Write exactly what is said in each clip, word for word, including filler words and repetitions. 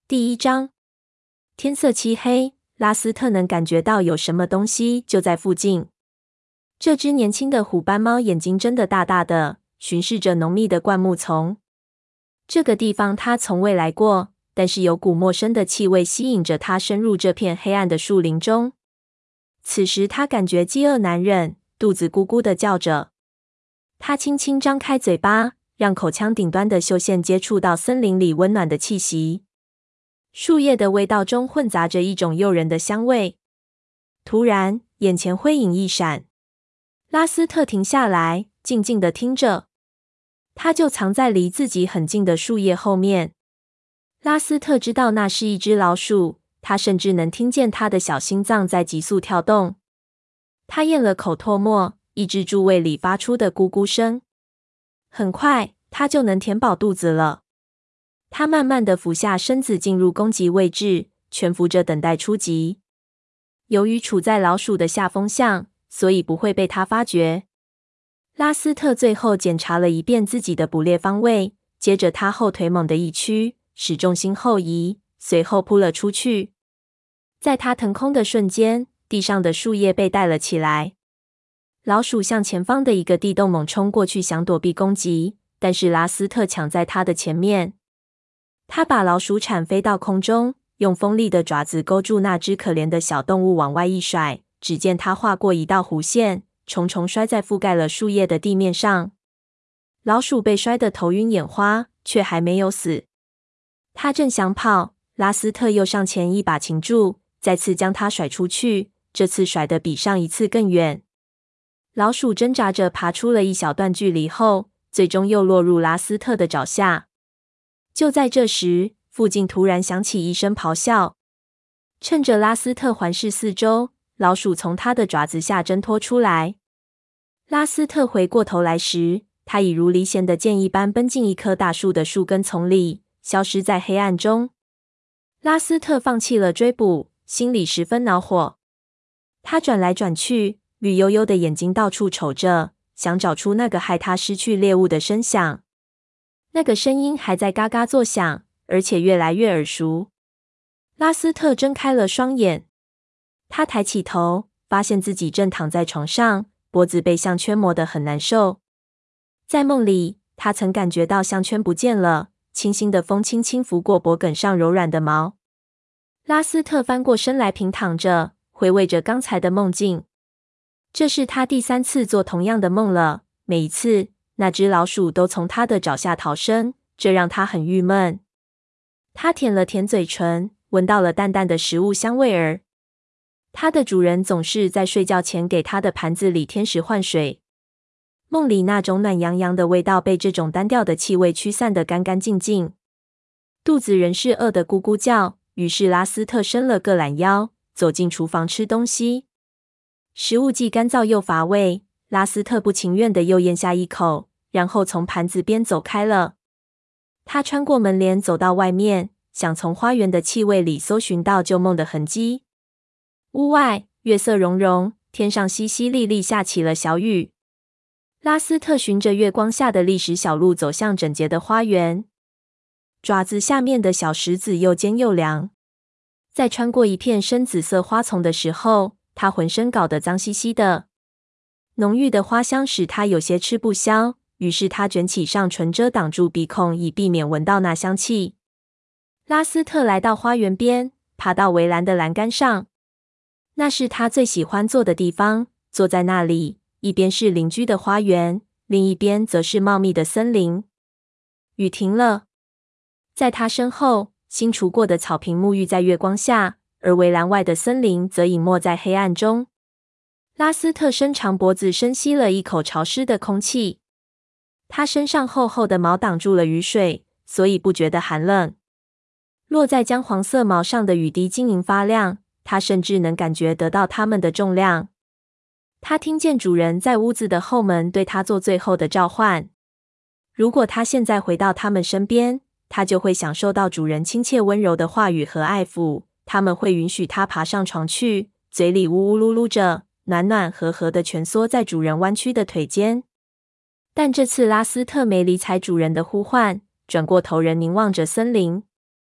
第一章。天色漆黑，拉斯特能感觉到有什么东西就在附近。这只年轻的虎斑猫眼睛睁得大大的，巡视着浓密的灌木丛。这个地方它从未来过，但是有股陌生的气味吸引着它深入这片黑暗的树林中。此时它感觉饥饿难忍，肚子咕咕地叫着。它轻轻张开嘴巴，让口腔顶端的嗅线接触到森林里温暖的气息。树叶的味道中混杂着一种诱人的香味。突然，眼前灰影一闪，拉斯特停下来，静静地听着。他就藏在离自己很近的树叶后面。拉斯特知道那是一只老鼠，他甚至能听见它的小心脏在急速跳动。他咽了口唾沫，抑制住胃里发出的咕咕声。很快，他就能填饱肚子了。他慢慢地俯下身子进入攻击位置，蜷伏着等待出击。由于处在老鼠的下风向，所以不会被它发觉。拉斯特最后检查了一遍自己的捕猎方位，接着他后腿猛地一屈，使重心后移，随后扑了出去。在他腾空的瞬间，地上的树叶被带了起来。老鼠向前方的一个地洞猛冲过去，想躲避攻击，但是拉斯特抢在他的前面。他把老鼠铲飞到空中，用锋利的爪子勾住那只可怜的小动物往外一甩，只见它划过一道弧线，重重摔在覆盖了树叶的地面上。老鼠被摔得头晕眼花，却还没有死。他正想跑，拉斯特又上前一把擒住，再次将它甩出去，这次甩得比上一次更远。老鼠挣扎着爬出了一小段距离后，最终又落入拉斯特的爪下。就在这时，附近突然响起一声咆哮。趁着拉斯特环视四周，老鼠从他的爪子下挣脱出来。拉斯特回过头来时，他已如离弦的箭一般奔进一棵大树的树根丛里，消失在黑暗中。拉斯特放弃了追捕，心里十分恼火。他转来转去，绿油油的眼睛到处瞅着，想找出那个害他失去猎物的声响。那个声音还在嘎嘎作响，而且越来越耳熟。拉斯特睁开了双眼，他抬起头，发现自己正躺在床上，脖子被项圈磨得很难受。在梦里，他曾感觉到项圈不见了，清新的风轻轻拂过脖梗上柔软的毛。拉斯特翻过身来平躺着，回味着刚才的梦境。这是他第三次做同样的梦了，每一次那只老鼠都从他的爪下逃生，这让他很郁闷。他舔了舔嘴唇，闻到了淡淡的食物香味儿。他的主人总是在睡觉前给他的盘子里添食换水。梦里那种暖洋洋的味道被这种单调的气味驱散得干干净净。肚子仍是饿得咕咕叫，于是拉斯特伸了个懒腰，走进厨房吃东西。食物既干燥又乏味，拉斯特不情愿地又咽下一口，然后从盘子边走开了。他穿过门帘走到外面，想从花园的气味里搜寻到旧梦的痕迹。屋外月色融融，天上淅淅沥沥下起了小雨。拉斯特循着月光下的砾石小路走向整洁的花园。爪子下面的小石子又尖又凉。在穿过一片深紫色花丛的时候，他浑身搞得脏兮兮的。浓郁的花香使他有些吃不消，于是他卷起上唇遮挡住鼻孔，以避免闻到那香气。拉斯特来到花园边，爬到围栏的栏杆上。那是他最喜欢坐的地方，坐在那里，一边是邻居的花园，另一边则是茂密的森林。雨停了，在他身后，新除过的草坪沐浴在月光下，而围栏外的森林则隐没在黑暗中。拉斯特伸长脖子深吸了一口潮湿的空气。他身上厚厚的毛挡住了雨水，所以不觉得寒冷。落在姜黄色毛上的雨滴晶莹发亮，他甚至能感觉得到它们的重量。他听见主人在屋子的后门对他做最后的召唤。如果他现在回到他们身边，他就会享受到主人亲切温柔的话语和爱抚。他们会允许他爬上床去，嘴里呜呜噜噜着，暖暖和和地蜷缩在主人弯曲的腿间。但这次拉斯特没理睬主人的呼唤，转过头人凝望着森林。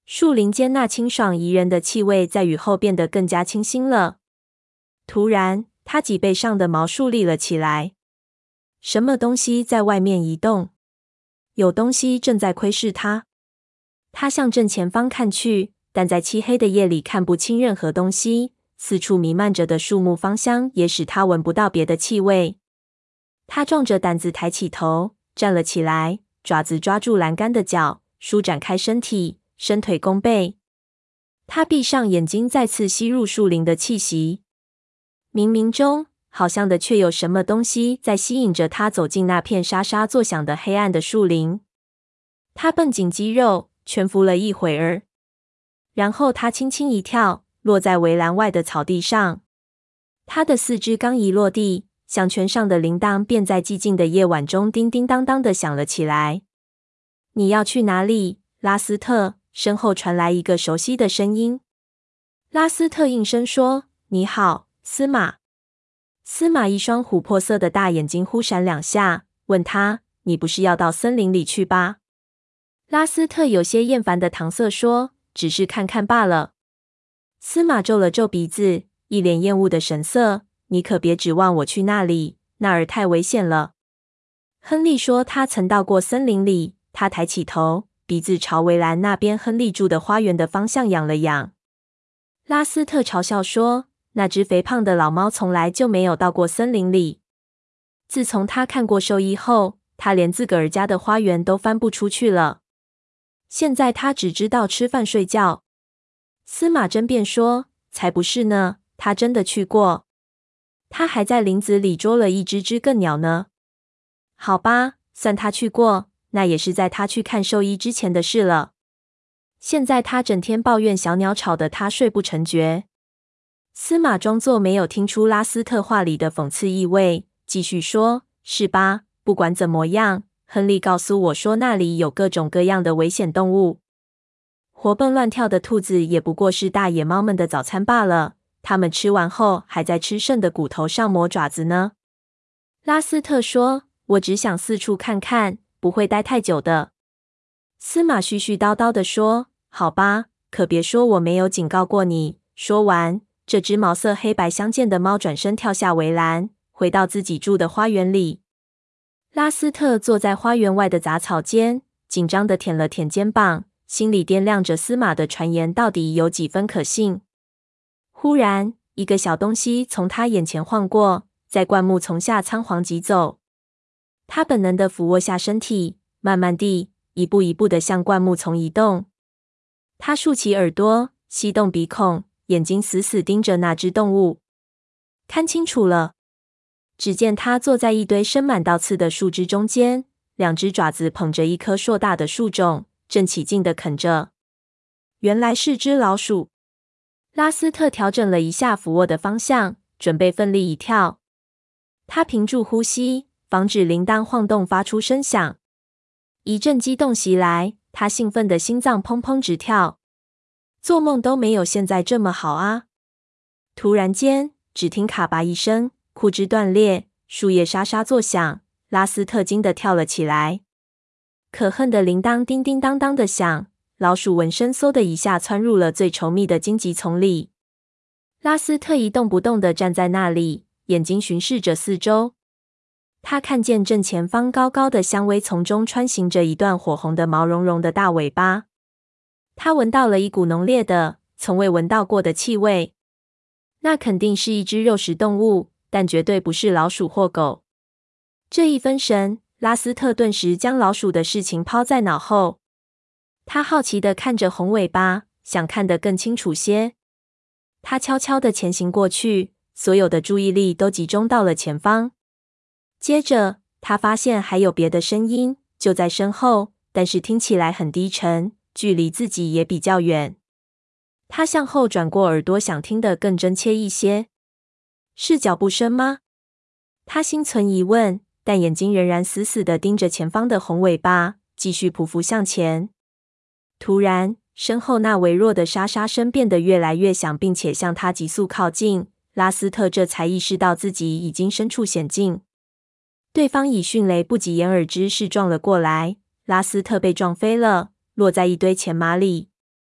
树林间那清爽宜人的气味在雨后变得更加清新了。突然，他脊背上的毛竖立了起来。什么东西在外面移动？有东西正在窥视他。他向正前方看去，但在漆黑的夜里看不清任何东西。四处弥漫着的树木芳香也使他闻不到别的气味。他壮着胆子抬起头，站了起来，爪子抓住栏杆的角，舒展开身体，伸腿弓背。他闭上眼睛，再次吸入树林的气息。冥冥中，好像的却有什么东西在吸引着他走进那片沙沙作响的黑暗的树林。他绷紧肌肉，蜷伏了一会儿，然后他轻轻一跳，落在围栏外的草地上。他的四肢刚一落地，项圈上的铃铛便在寂静的夜晚中叮叮当当地响了起来。你要去哪里，拉斯特？身后传来一个熟悉的声音。拉斯特应声说：你好，司马。司马一双琥珀色的大眼睛忽闪两下，问他：你不是要到森林里去吧？拉斯特有些厌烦的搪塞说：只是看看罢了。司马皱了皱鼻子，一脸厌恶的神色：你可别指望我去那里，那儿太危险了。亨利说他曾到过森林里。他抬起头，鼻子朝围栏那边亨利住的花园的方向仰了仰。拉斯特嘲笑说：那只肥胖的老猫从来就没有到过森林里。自从他看过兽医后，他连自个儿家的花园都翻不出去了。现在他只知道吃饭睡觉。司马争辩说：才不是呢，他真的去过。他还在林子里捉了一只知更鸟呢。好吧，算他去过，那也是在他去看兽医之前的事了。现在他整天抱怨小鸟吵得他睡不成觉。司马装作没有听出拉斯特话里的讽刺意味，继续说：是吧，不管怎么样，亨利告诉我说那里有各种各样的危险动物。活蹦乱跳的兔子也不过是大野猫们的早餐罢了，它们吃完后还在吃剩的骨头上磨爪子呢。拉斯特说：我只想四处看看，不会待太久的。司马絮絮叨叨地说：好吧，可别说我没有警告过你。说完，这只毛色黑白相间的猫转身跳下围栏，回到自己住的花园里。拉斯特坐在花园外的杂草间，紧张地舔了舔肩膀，心里掂量着司马的传言到底有几分可信。忽然，一个小东西从他眼前晃过，在灌木丛下仓皇疾走。他本能地俯卧下身体，慢慢地，一步一步地向灌木丛移动。他竖起耳朵，吸动鼻孔，眼睛死死盯着那只动物。看清楚了，只见它坐在一堆生满倒刺的树枝中间，两只爪子捧着一颗硕大的树种，正起劲地啃着。原来是只老鼠。拉斯特调整了一下俯卧的方向，准备奋力一跳。他屏住呼吸，防止铃铛晃动发出声响。一阵激动袭来，他兴奋的心脏砰砰直跳。做梦都没有现在这么好啊！突然间，只听卡吧一声，枯枝断裂，树叶沙沙作响，拉斯特惊得跳了起来。可恨的铃铛叮叮当当的响，老鼠闻声嗖的一下窜入了最稠密的荆棘丛里。拉斯特一动不动地站在那里，眼睛巡视着四周。他看见正前方高高的香薇丛中穿行着一段火红的毛茸茸的大尾巴。他闻到了一股浓烈的、从未闻到过的气味。那肯定是一只肉食动物，但绝对不是老鼠或狗。这一分神，拉斯特顿时将老鼠的事情抛在脑后。他好奇地看着红尾巴，想看得更清楚些。他悄悄地前行过去，所有的注意力都集中到了前方。接着，他发现还有别的声音，就在身后，但是听起来很低沉，距离自己也比较远。他向后转过耳朵，想听得更真切一些。是脚步声吗？他心存疑问，但眼睛仍然死死地盯着前方的红尾巴，继续匍匐向前。突然，身后那微弱的沙沙声变得越来越响，并且向他急速靠近。拉斯特这才意识到自己已经身处险境。对方以迅雷不及掩耳之势撞了过来，拉斯特被撞飞了，落在一堆钱麻里。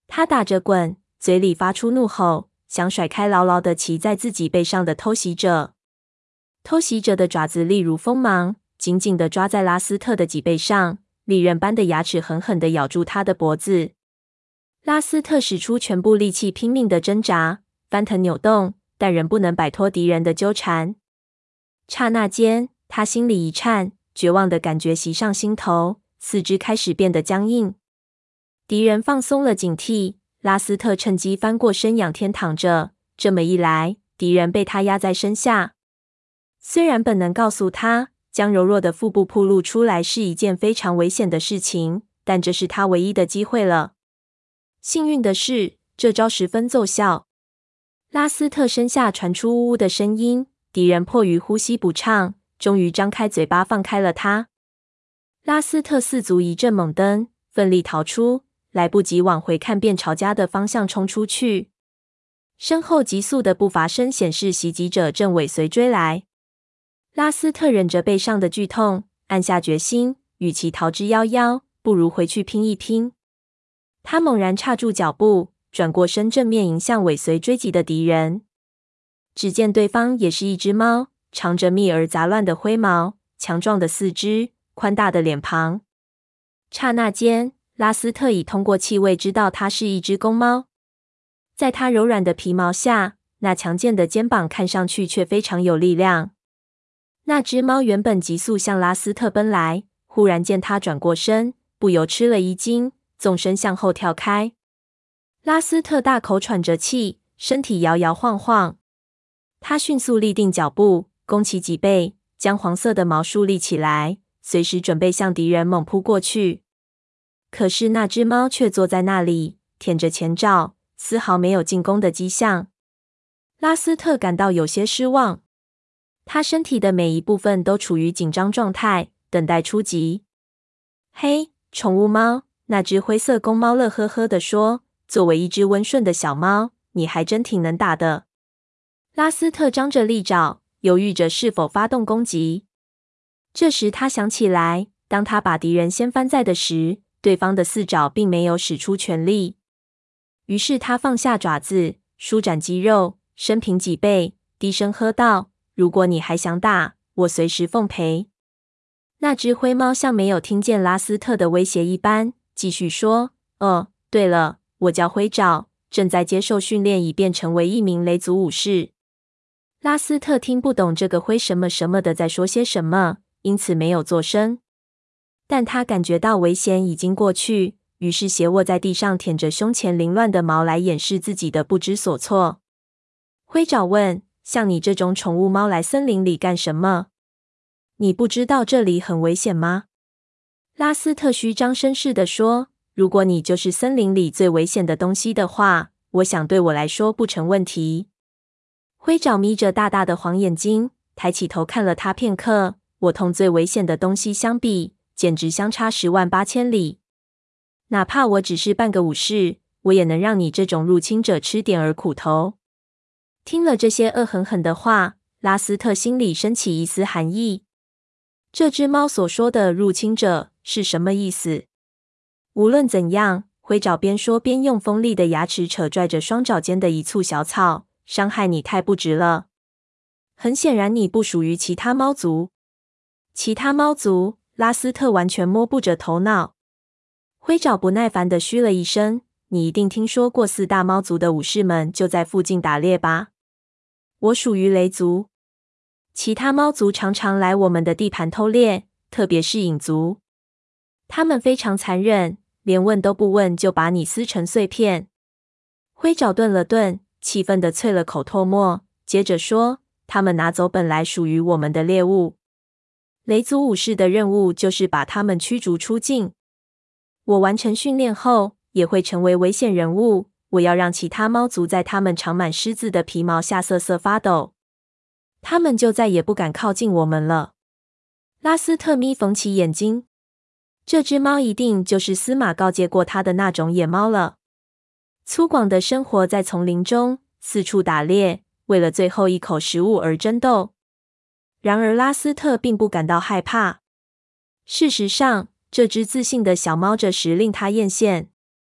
他打着滚，嘴里发出怒吼，想甩开牢牢地骑在自己背上的偷袭者。偷袭者的爪子力如锋芒，紧紧地抓在拉斯特的脊背上，利刃般的牙齿狠狠地咬住他的脖子。拉斯特使出全部力气，拼命地挣扎、翻腾、扭动，但仍不能摆脱敌人的纠缠。刹那间，他心里一颤，绝望的感觉袭上心头，四肢开始变得僵硬。敌人放松了警惕，拉斯特趁机翻过身仰天躺着，这么一来，敌人被他压在身下。虽然本能告诉他，将柔弱的腹部暴露出来是一件非常危险的事情，但这是他唯一的机会了。幸运的是，这招十分奏效。拉斯特身下传出呜呜的声音，敌人迫于呼吸不畅，终于张开嘴巴放开了他。拉斯特四足一阵猛蹬，奋力逃出，来不及往回看，便朝家的方向冲出去。身后急速的步伐声显示袭击者正尾随追来。拉斯特忍着背上的剧痛，暗下决心，与其逃之夭夭，不如回去拼一拼。他猛然刹住脚步，转过身，正面迎向尾随追击的敌人。只见对方也是一只猫，长着密而杂乱的灰毛，强壮的四肢，宽大的脸庞。刹那间，拉斯特已通过气味知道它是一只公猫。在它柔软的皮毛下，那强健的肩膀看上去却非常有力量。那只猫原本急速向拉斯特奔来，忽然见他转过身，不由吃了一惊，纵身向后跳开。拉斯特大口喘着气，身体摇摇晃晃。他迅速立定脚步，弓起脊背，将黄色的毛竖立起来，随时准备向敌人猛扑过去。可是那只猫却坐在那里，舔着前爪，丝毫没有进攻的迹象。拉斯特感到有些失望。他身体的每一部分都处于紧张状态，等待出击。嘿，宠物猫，那只灰色公猫乐呵呵地说，作为一只温顺的小猫，你还真挺能打的。拉斯特张着利爪，犹豫着是否发动攻击。这时他想起来，当他把敌人掀翻在的时，对方的四爪并没有使出全力。于是他放下爪子，舒展肌肉，伸平脊背，低声喝道，如果你还想打，我随时奉陪。那只灰猫像没有听见拉斯特的威胁一般，继续说，哦，对了，我叫灰爪，正在接受训练，以便成为一名雷族武士。拉斯特听不懂这个灰什么什么的在说些什么，因此没有作声。但他感觉到危险已经过去，于是斜卧在地上，舔着胸前凌乱的毛来掩饰自己的不知所措。灰爪问，像你这种宠物猫来森林里干什么？你不知道这里很危险吗？拉斯特虚张声势地说，如果你就是森林里最危险的东西的话，我想对我来说不成问题。灰爪眯着大大的黄眼睛，抬起头看了他片刻，我同最危险的东西相比，简直相差十万八千里。哪怕我只是半个武士，我也能让你这种入侵者吃点儿苦头。听了这些恶狠狠的话，拉斯特心里升起一丝寒意。这只猫所说的入侵者是什么意思？无论怎样，灰爪边说边用锋利的牙齿扯拽着双爪间的一簇小草，伤害你太不值了。很显然你不属于其他猫族。其他猫族，拉斯特完全摸不着头脑。灰爪不耐烦地嘘了一声，你一定听说过四大猫族的武士们就在附近打猎吧？我属于雷族。其他猫族常常来我们的地盘偷猎，特别是影族。他们非常残忍，连问都不问就把你撕成碎片。灰爪顿了顿，气愤地啐了口唾沫，接着说，他们拿走本来属于我们的猎物。雷族武士的任务就是把他们驱逐出境。我完成训练后，也会成为危险人物。我要让其他猫族在他们长满虱子的皮毛下瑟瑟发抖，他们就再也不敢靠近我们了。拉斯特眯缝起眼睛，这只猫一定就是司马告诫过他的那种野猫了。粗犷的生活在丛林中，四处打猎，为了最后一口食物而争斗。然而拉斯特并不感到害怕。事实上，这只自信的小猫这时令他艳羡。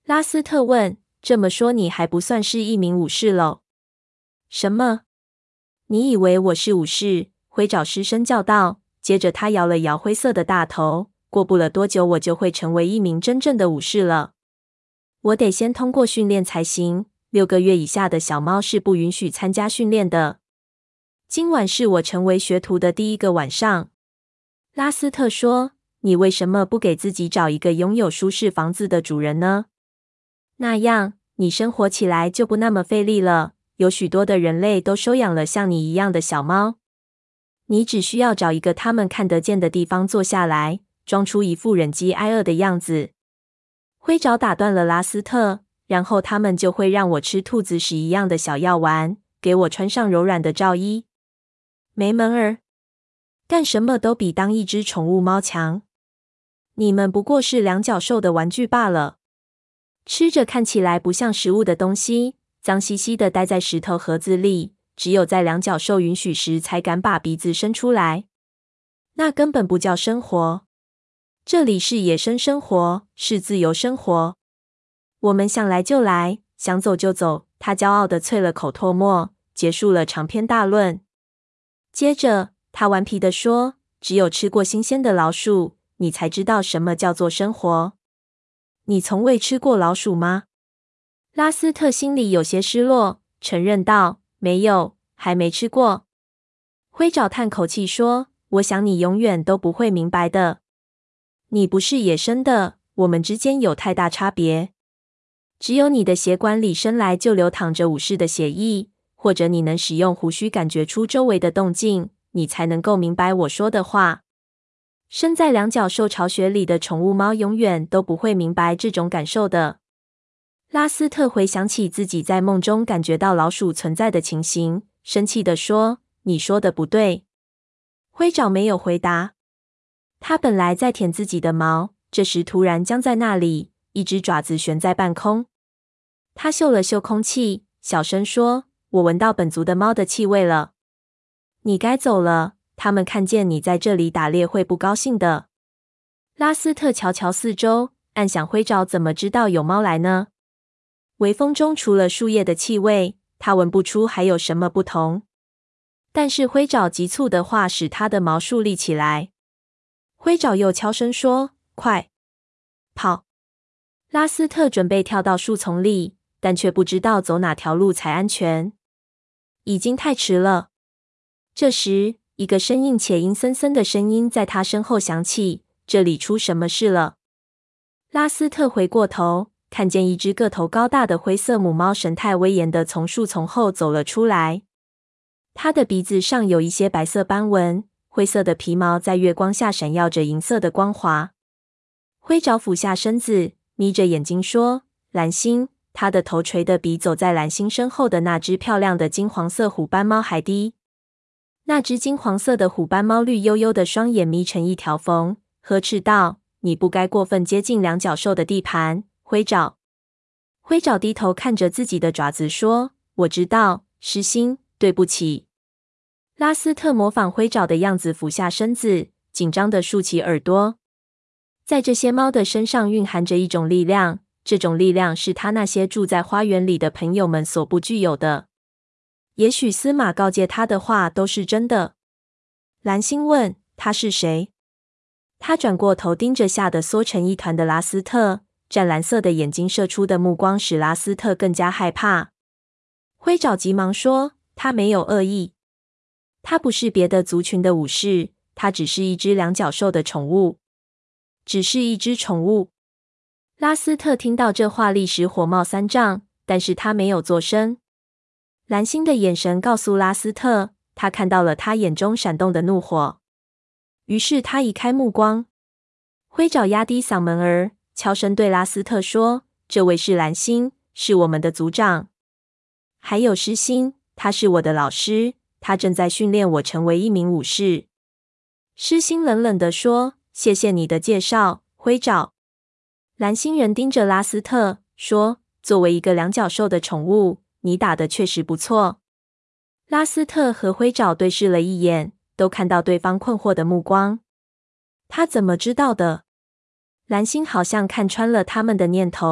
拉斯特问：“这么说你还不算是一名武士喽？”“什么？你以为我是武士？”灰爪失声叫道。接着他摇了摇灰色的大头。过不了多久，我就会成为一名真正的武士了。我得先通过训练才行。六个月以下的小猫是不允许参加训练的。今晚是我成为学徒的第一个晚上。拉斯特说：“你为什么不给自己找一个拥有舒适房子的主人呢？那样你生活起来就不那么费力了。有许多的人类都收养了像你一样的小猫。你只需要找一个他们看得见的地方坐下来，装出一副忍饥挨饿的样子。”灰爪打断了拉斯特，然后他们就会让我吃兔子屎一样的小药丸，给我穿上柔软的罩衣。没门儿！干什么都比当一只宠物猫强。你们不过是两脚兽的玩具罢了。吃着看起来不像食物的东西，脏兮兮的待在石头盒子里，只有在两脚兽允许时才敢把鼻子伸出来。那根本不叫生活。这里是野生生活，是自由生活。我们想来就来，想走就走。他骄傲地啐了口唾沫，结束了长篇大论。接着，他顽皮地说：“只有吃过新鲜的老鼠，你才知道什么叫做生活。你从未吃过老鼠吗？”拉斯特心里有些失落，承认道：“没有，还没吃过。”灰爪叹口气说：“我想你永远都不会明白的。你不是野生的，我们之间有太大差别。只有你的血管里生来就流淌着武士的血液，或者你能使用胡须感觉出周围的动静，你才能够明白我说的话。生在两脚兽巢穴里的宠物猫永远都不会明白这种感受的。”拉斯特回想起自己在梦中感觉到老鼠存在的情形，生气地说：“你说的不对。”灰爪没有回答。他本来在舔自己的毛，这时突然僵在那里，一只爪子悬在半空。他嗅了嗅空气，小声说：“我闻到本族的猫的气味了。你该走了，他们看见你在这里打猎会不高兴的。”拉斯特瞧瞧四周，暗想灰爪怎么知道有猫来呢？微风中除了树叶的气味，他闻不出还有什么不同。但是灰爪急促的话使他的毛竖立起来。灰爪又悄声说：“快跑！”拉斯特准备跳到树丛里，但却不知道走哪条路才安全。已经太迟了。这时，一个生硬且阴森森的声音在他身后响起：“这里出什么事了？”拉斯特回过头，看见一只个头高大的灰色母猫神态威严地从树丛后走了出来。它的鼻子上有一些白色斑纹，灰色的皮毛在月光下闪耀着银色的光华。灰爪俯下身子，眯着眼睛说：“蓝星。”他的头垂得比走在蓝星身后的那只漂亮的金黄色虎斑猫还低。那只金黄色的虎斑猫绿油油的双眼眯成一条缝，呵斥道：“你不该过分接近两脚兽的地盘，灰爪。”灰爪低头看着自己的爪子说：“我知道，失心，对不起。”拉斯特模仿灰爪的样子俯下身子，紧张地竖起耳朵。在这些猫的身上蕴含着一种力量，这种力量是他那些住在花园里的朋友们所不具有的。也许司马告诫他的话都是真的。蓝星问：“他是谁？”他转过头盯着吓得缩成一团的拉斯特，湛蓝色的眼睛射出的目光使拉斯特更加害怕。灰爪急忙说：“他没有恶意。他不是别的族群的武士，他只是一只两脚兽的宠物。只是一只宠物。”拉斯特听到这话，立时火冒三丈，但是他没有作声。蓝星的眼神告诉拉斯特，他看到了他眼中闪动的怒火。于是他移开目光。灰爪压低嗓门儿，悄声对拉斯特说：“这位是蓝星，是我们的族长。还有狮星，他是我的老师，他正在训练我成为一名武士。”狮星冷冷地说：“谢谢你的介绍，灰爪。”蓝星人盯着拉斯特说：“作为一个两脚兽的宠物，你打得确实不错。”拉斯特和灰爪对视了一眼，都看到对方困惑的目光。他怎么知道的？蓝星好像看穿了他们的念头，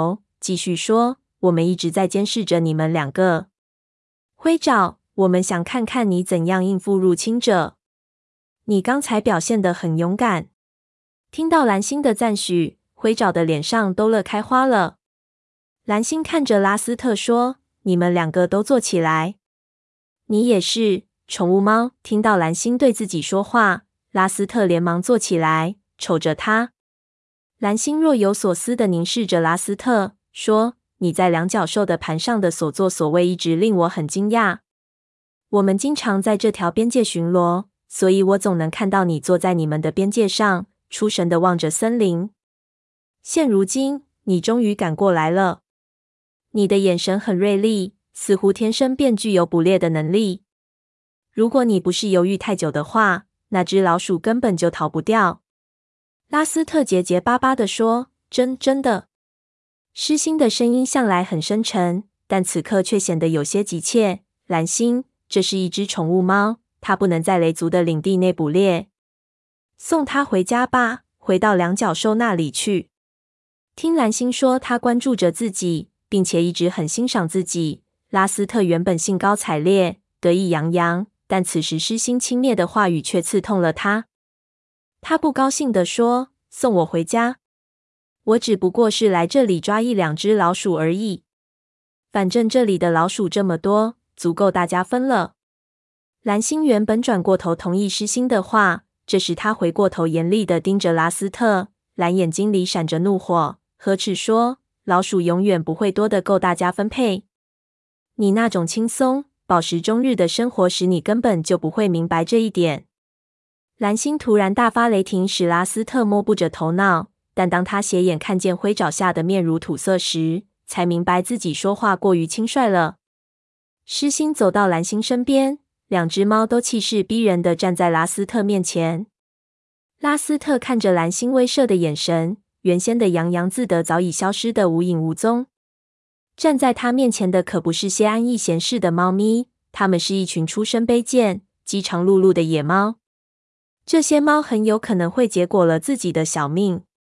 继续说：“我们一直在监视着你们两个。灰爪，我们想看看你怎样应付入侵者。你刚才表现得很勇敢。”听到蓝星的赞许，灰爪的脸上都乐开花了。蓝星看着拉斯特说：“你们两个都坐起来。你也是。”宠物猫听到蓝星对自己说话，拉斯特连忙坐起来，瞅着他。蓝星若有所思地凝视着拉斯特，说：“你在两角兽的盘上的所作所为一直令我很惊讶。我们经常在这条边界巡逻，所以我总能看到你坐在你们的边界上，出神地望着森林。现如今，你终于赶过来了。你的眼神很锐利，似乎天生便具有捕猎的能力。如果你不是犹豫太久的话，那只老鼠根本就逃不掉。”拉斯特结结巴巴地说：“真真的。”狮心的声音向来很深沉，但此刻却显得有些急切。“蓝星，这是一只宠物猫，它不能在雷族的领地内捕猎。送它回家吧，回到两角兽那里去。”听蓝星说他关注着自己，并且一直很欣赏自己，拉斯特原本兴高采烈，得意洋洋。但此时狮心轻蔑的话语却刺痛了他。他不高兴地说：“送我回家？我只不过是来这里抓一两只老鼠而已。反正这里的老鼠这么多，足够大家分了。”蓝星原本转过头同意狮心的话，这时他回过头严厉地盯着拉斯特，蓝眼睛里闪着怒火，呵斥说：“老鼠永远不会多得够大家分配。你那种轻松饱食终日的生活使你根本就不会明白这一点。”蓝星突然大发雷霆，使拉斯特摸不着头脑，但当他斜眼看见灰爪下的面如土色时，才明白自己说话过于轻率了。狮心走到蓝星身边，两只猫都气势逼人地站在拉斯特面前。拉斯特看着蓝星威慑的眼神，原先的洋洋自得早已消失得无影无踪。站在他面前的可不是些安逸闲适的猫咪，它们是一群出身卑贱、饥肠辘辘的野猫。这些猫很有可能会结果了自己的小命。